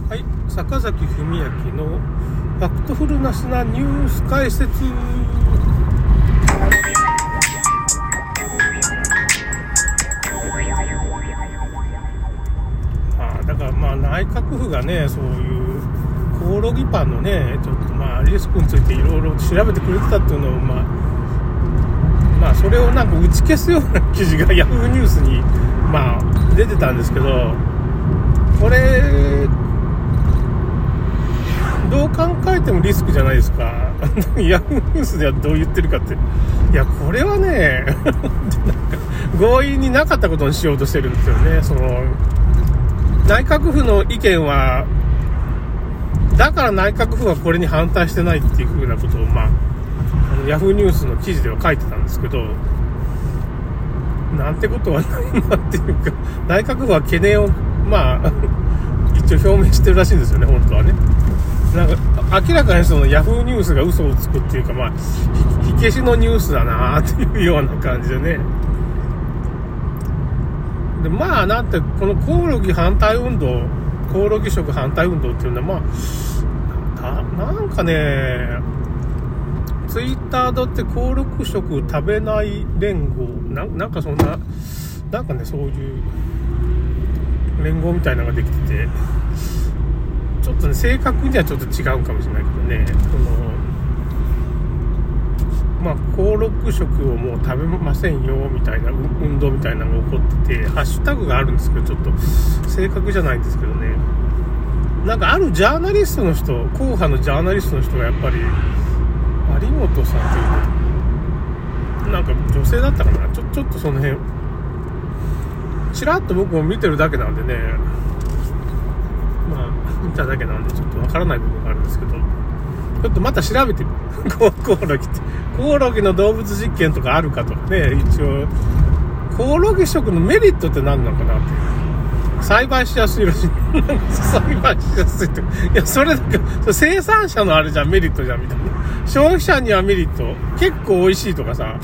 はい、坂崎文明のファクトフルなニュース解説。だから内閣府がね、そういうコオロギパンのね、ちょっとリスクについていろいろ調べてくれてたっていうのをそれをなんか打ち消すような記事がヤフーニュースに出てたんですけど、これどう考えてもリスクじゃないですか。ヤフーニュースではどう言ってるかって、いやこれはねなんか強引になかったことにしようとしてるんですよね。その内閣府の意見はだから内閣府はこれに反対してないっていう風なことをヤフーニュースの記事では書いてたんですけど、なんてことはないなっていうか、内閣府は懸念を一応表明してるらしいんですよね、本当はね。なんか明らかにそのヤフーニュースが嘘をつくっていうか、火消しのニュースだなっていうような感じでね。でなんてこのコオロギ反対運動、コオロギ食反対運動っていうのはなんかね、ツイッターだってコオロギ食食べない連合なんかそんななんかね、そういう連合みたいなのができてて、ちょっとね正確にはちょっと違うかもしれないけどね、コオロギ食をもう食べませんよみたいな運動みたいなのが起こってて、ハッシュタグがあるんですけどちょっと正確じゃないんですけどね、なんかあるジャーナリストの人、硬派のジャーナリストの人がやっぱり有本さんっていうなんか女性だったかな、ちょっとその辺ちらっと僕も見てるだけなんでね、見ただけなんでちょっとわからない部分があるんですけど、ちょっとまた調べてみるコオロギってコオロギの動物実験とかあるかとかね、一応コオロギ食のメリットって何なのかなって、栽培しやすいらしい栽培しやすいって、いやそれだけ生産者のあれじゃんメリットじゃんみたいな、消費者にはメリット、結構美味しいとかさ、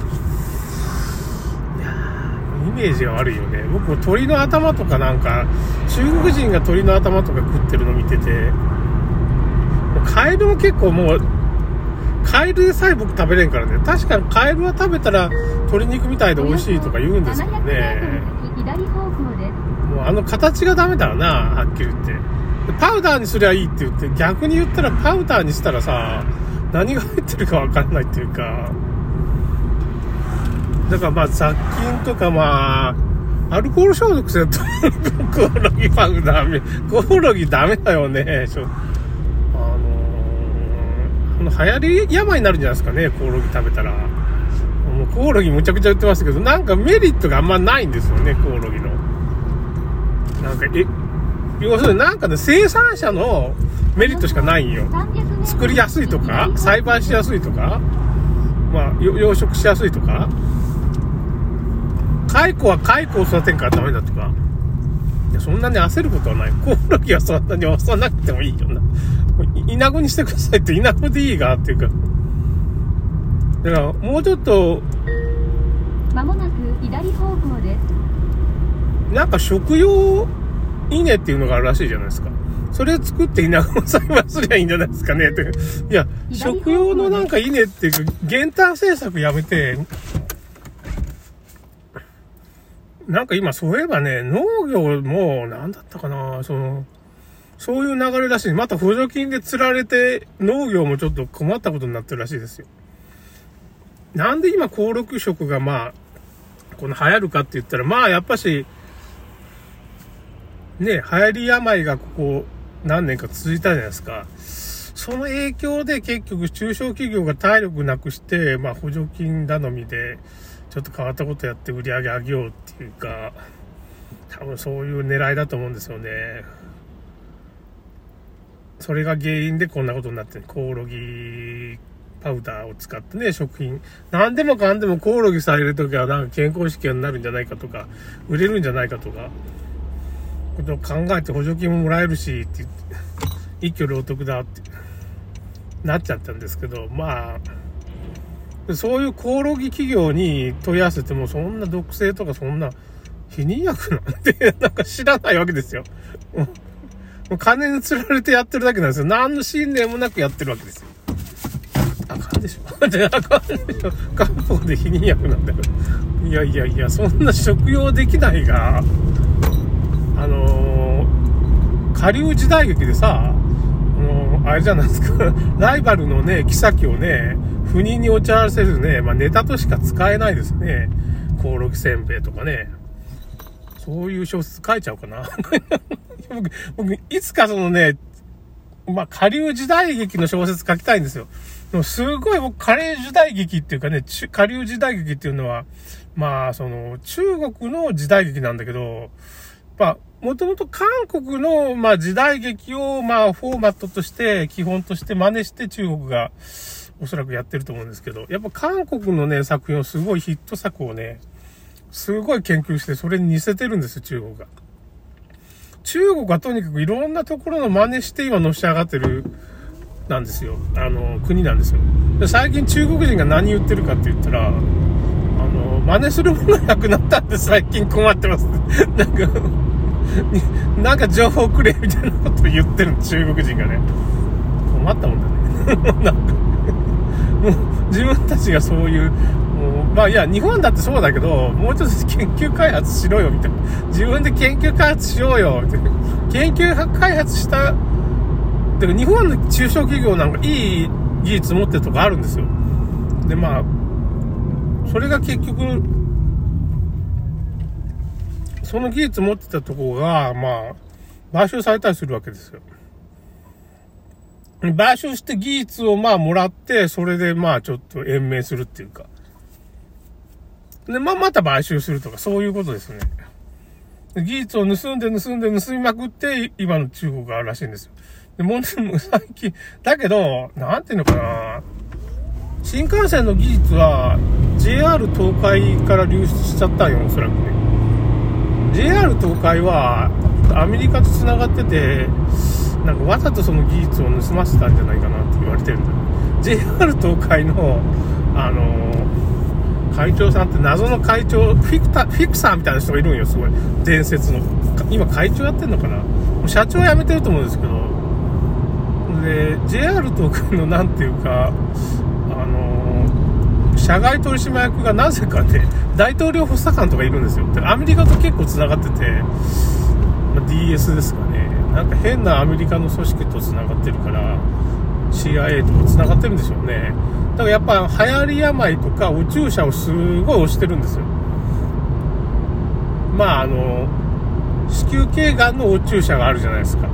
イメージが悪いよね。僕も鳥の頭とかなんか中国人が鳥の頭とか食ってるの見てて、カエルも結構もうカエルでさえ僕食べれんからね。確かにカエルは食べたら鶏肉みたいで美味しいとか言うんですけどね、もう形がダメだな、はっきり言って。パウダーにすりゃいいって言って、逆に言ったらパウダーにしたらさ、何が入ってるか分からないっていうか、だから雑菌とかアルコール消毒するとコオロギパウダー、コオロギダメだよね。流行り病になるんじゃないですかね、コオロギ食べたら。もうコオロギむちゃくちゃ売ってますけど、なんかメリットがあんまないんですよね、コオロギの。なんか要するになんかね、生産者のメリットしかないんよ。作りやすいとか、栽培しやすいとか、養殖しやすいとか、蚕は蚕を育てんからダメだとか、いやそんなに焦ることはない。コオロギはそんなに押さなくてもいいよな。イナゴにしてくださいってイナゴでいいがっていうか、だからもうちょっと間もなく左方向です。 なんか食用稲っていうのがあるらしいじゃないですか。それ作ってイナゴを栽培すりゃいいんじゃないですかねって。いや食用のなんか稲っていうか減反政策やめて、なんか今そういえばね、農業もなんだったかな、そういう流れらしい。また補助金で釣られて農業もちょっと困ったことになってるらしいですよ。なんで今コオロギ食がこの流行るかって言ったら、やっぱしね、流行り病がここ何年か続いたじゃないですか。その影響で結局中小企業が体力なくして、補助金頼みでちょっと変わったことやって売り上げ上げようっていうか、多分そういう狙いだと思うんですよね。それが原因でこんなことになって、コオロギパウダーを使ってね、食品、何でもかんでもコオロギされるときはなんか健康試験になるんじゃないかとか、売れるんじゃないかとか、ことを考えて補助金ももらえるしって言って、一挙両得だってなっちゃったんですけど、そういうコオロギ企業に問い合わせても、そんな毒性とかそんな避妊薬なんてなんか知らないわけですよ。 もう金に釣られてやってるだけなんですよ。何の信念もなくやってるわけですよ。あかんでしょ。あかんでしょ。漢方で避妊薬なんだから。いや、そんな食用できないが、下流時代劇でさ、あれじゃないですか、ライバルのね、妃をね、不妊に陥らせるね、ネタとしか使えないですね。コオロギせんべいとかね。そういう小説書いちゃおうかな。僕、いつかそのね、下流時代劇の小説書きたいんですよ。でもすごい僕、下流時代劇っていうかね、下流時代劇っていうのは、中国の時代劇なんだけど、もともと韓国の、時代劇を、フォーマットとして、基本として真似して中国がおそらくやってると思うんですけど、やっぱ韓国のね、作品をすごいヒット作をね、すごい研究して、それに似せてるんですよ、中国が。中国はとにかくいろんなところの真似して今のし上がってる、なんですよ。国なんですよ。で、最近中国人が何言ってるかって言ったら、真似するものがなくなったんで最近困ってます。なんか情報くれみたいなことを言ってる中国人がね。困ったもんだね。もう自分たちがそういう、いや、日本だってそうだけど、もうちょっと研究開発しろよ、みたいな。自分で研究開発しようよ、みたいな。研究開発した、でも日本の中小企業なんかいい技術持ってるとこあるんですよ。で、それが結局、その技術持ってたとこが、買収されたりするわけですよ。買収して技術をもらって、それでちょっと延命するっていうか。で、また買収するとか、そういうことですね。技術を盗みまくって、今の中国があるらしいんですよ。で、問題も最近、だけど、なんていうのかな、新幹線の技術は、JR 東海から流出しちゃったんよ、おそらくね。JR 東海は、アメリカと繋がってて、なんかわざとその技術を盗ませたんじゃないかなって言われてるんだよ。JR 東海の、会長さんって謎の会長、フィクサーみたいな人がいるんよ、すごい。伝説の。今会長やってんのかな？社長は辞めてると思うんですけど。で、JR 東海のなんていうか、社外取締役がなぜかね、大統領補佐官とかいるんですよ。で、アメリカと結構繋がってて、DS ですかね。なんか変なアメリカの組織と繋がってるから、CIA とか繋がってるんでしょうね。だからやっぱ流行り病とかお注射をすごい推してるんですよ。子宮頸がんのお注射があるじゃないですか。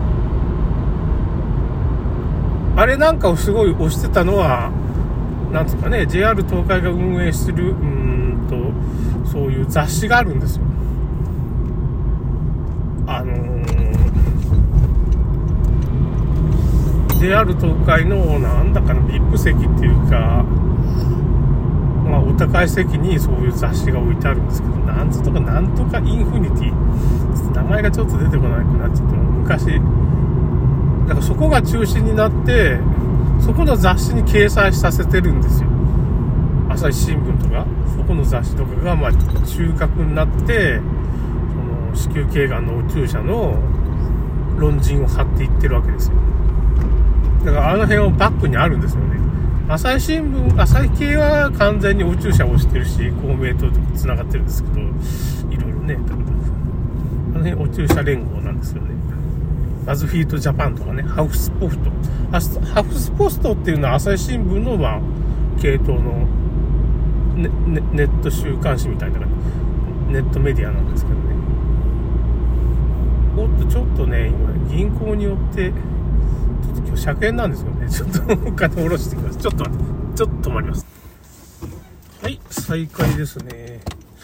あれなんかをすごい推してたのは、なんつうかね、JR 東海が運営する、そういう雑誌があるんですよ。JR 東海のなんだかの VIP 席っていうか、お高い席にそういう雑誌が置いてあるんですけど、なんとかインフィニティ、名前がちょっと出てこなくなっちゃって、昔だからそこが中心になって、そこの雑誌に掲載させてるんですよ。朝日新聞とかそこの雑誌とかが中核になって、その子宮頸がんのお注射の論陣を張っていってるわけですよ。だからあの辺をバックにあるんですよね。朝日新聞、朝日系は完全にお注射をしてるし、公明党と繋がってるんですけど、いろいろね、あの辺お注射連合なんですよね。バズフィードジャパンとかね、ハウスポスト。ハウスポストっていうのは朝日新聞の系統のネット週刊誌みたいなネットメディアなんですけどね。ちょっとね、今銀行によって今日100円なんですよね。ちょっとお金下ろしてきます。ちょっと待って、ちょっと止まります。はい、再開ですね。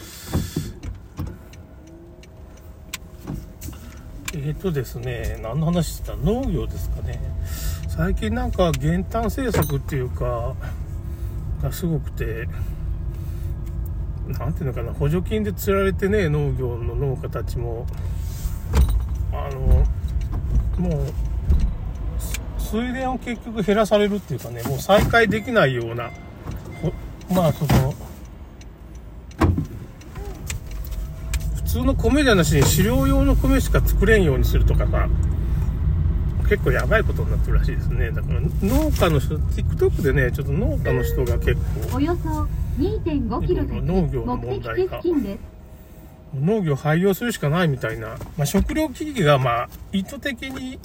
ですね、何の話してた？農業ですかね。最近なんか減反政策っていうかがすごくて、なんていうのかな、補助金で釣られてね、農業の農家たちももう水田を結局減らされるっていうかね、もう再開できないような、普通の米じゃなしに飼料用の米しか作れんようにするとかさ、 結構やばいことになってるらしいですね。だから農家の人、TikTok でね、ちょっと農家の人が結構およそ 2.5 キロ先農業の問題が目的地付近です。 農業廃業するしかないみたいな、食糧危機が意図的に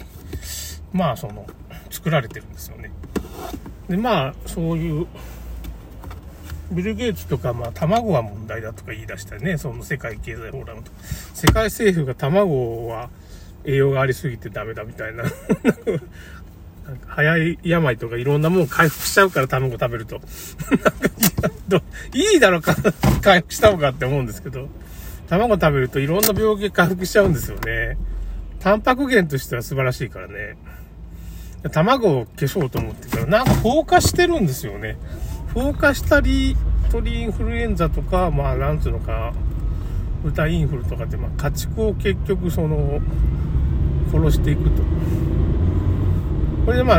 作られてるんですよね。でそういうビル・ゲイツとか卵は問題だとか言い出したりね、その世界経済フォーラムとか世界政府が卵は栄養がありすぎてダメだみたいななんか早い病とかいろんなもん回復しちゃうから卵食べるといいだろうか回復したのかって思うんですけど、卵食べるといろんな病気が回復しちゃうんですよね。タンパク源としては素晴らしいからね。卵を消そうと思ってからなんか放火してるんですよね。放火したり鳥インフルエンザとかなんつうのか豚インフルとかって家畜を結局殺していくと。これで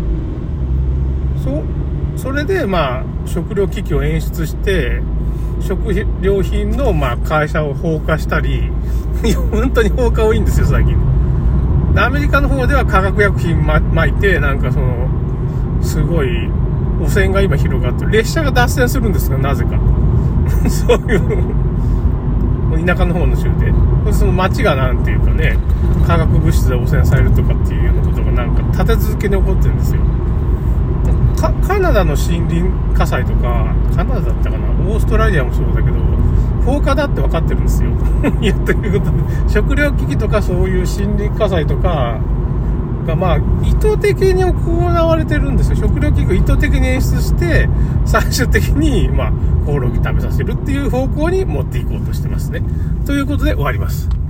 それで食糧危機を演出して食料品の会社を放火したり本当に放火多いんですよ最近。アメリカの方では化学薬品撒いてすごい汚染が今広がって列車が脱線するんですが、なぜかそういう田舎の方の州でその街がなんていうかね、化学物質で汚染されるとかっていうようなことが立て続けに起こってるんですよ。カナダの森林火災とか、カナダだったかな、オーストラリアもそうだけど放火だって分かってるんですよいやということで食糧危機とかそういう森林火災とかが意図的に行われてるんですよ。食糧危機を意図的に演出して最終的にコオロギ食べさせるっていう方向に持っていこうとしてますね。ということで終わります。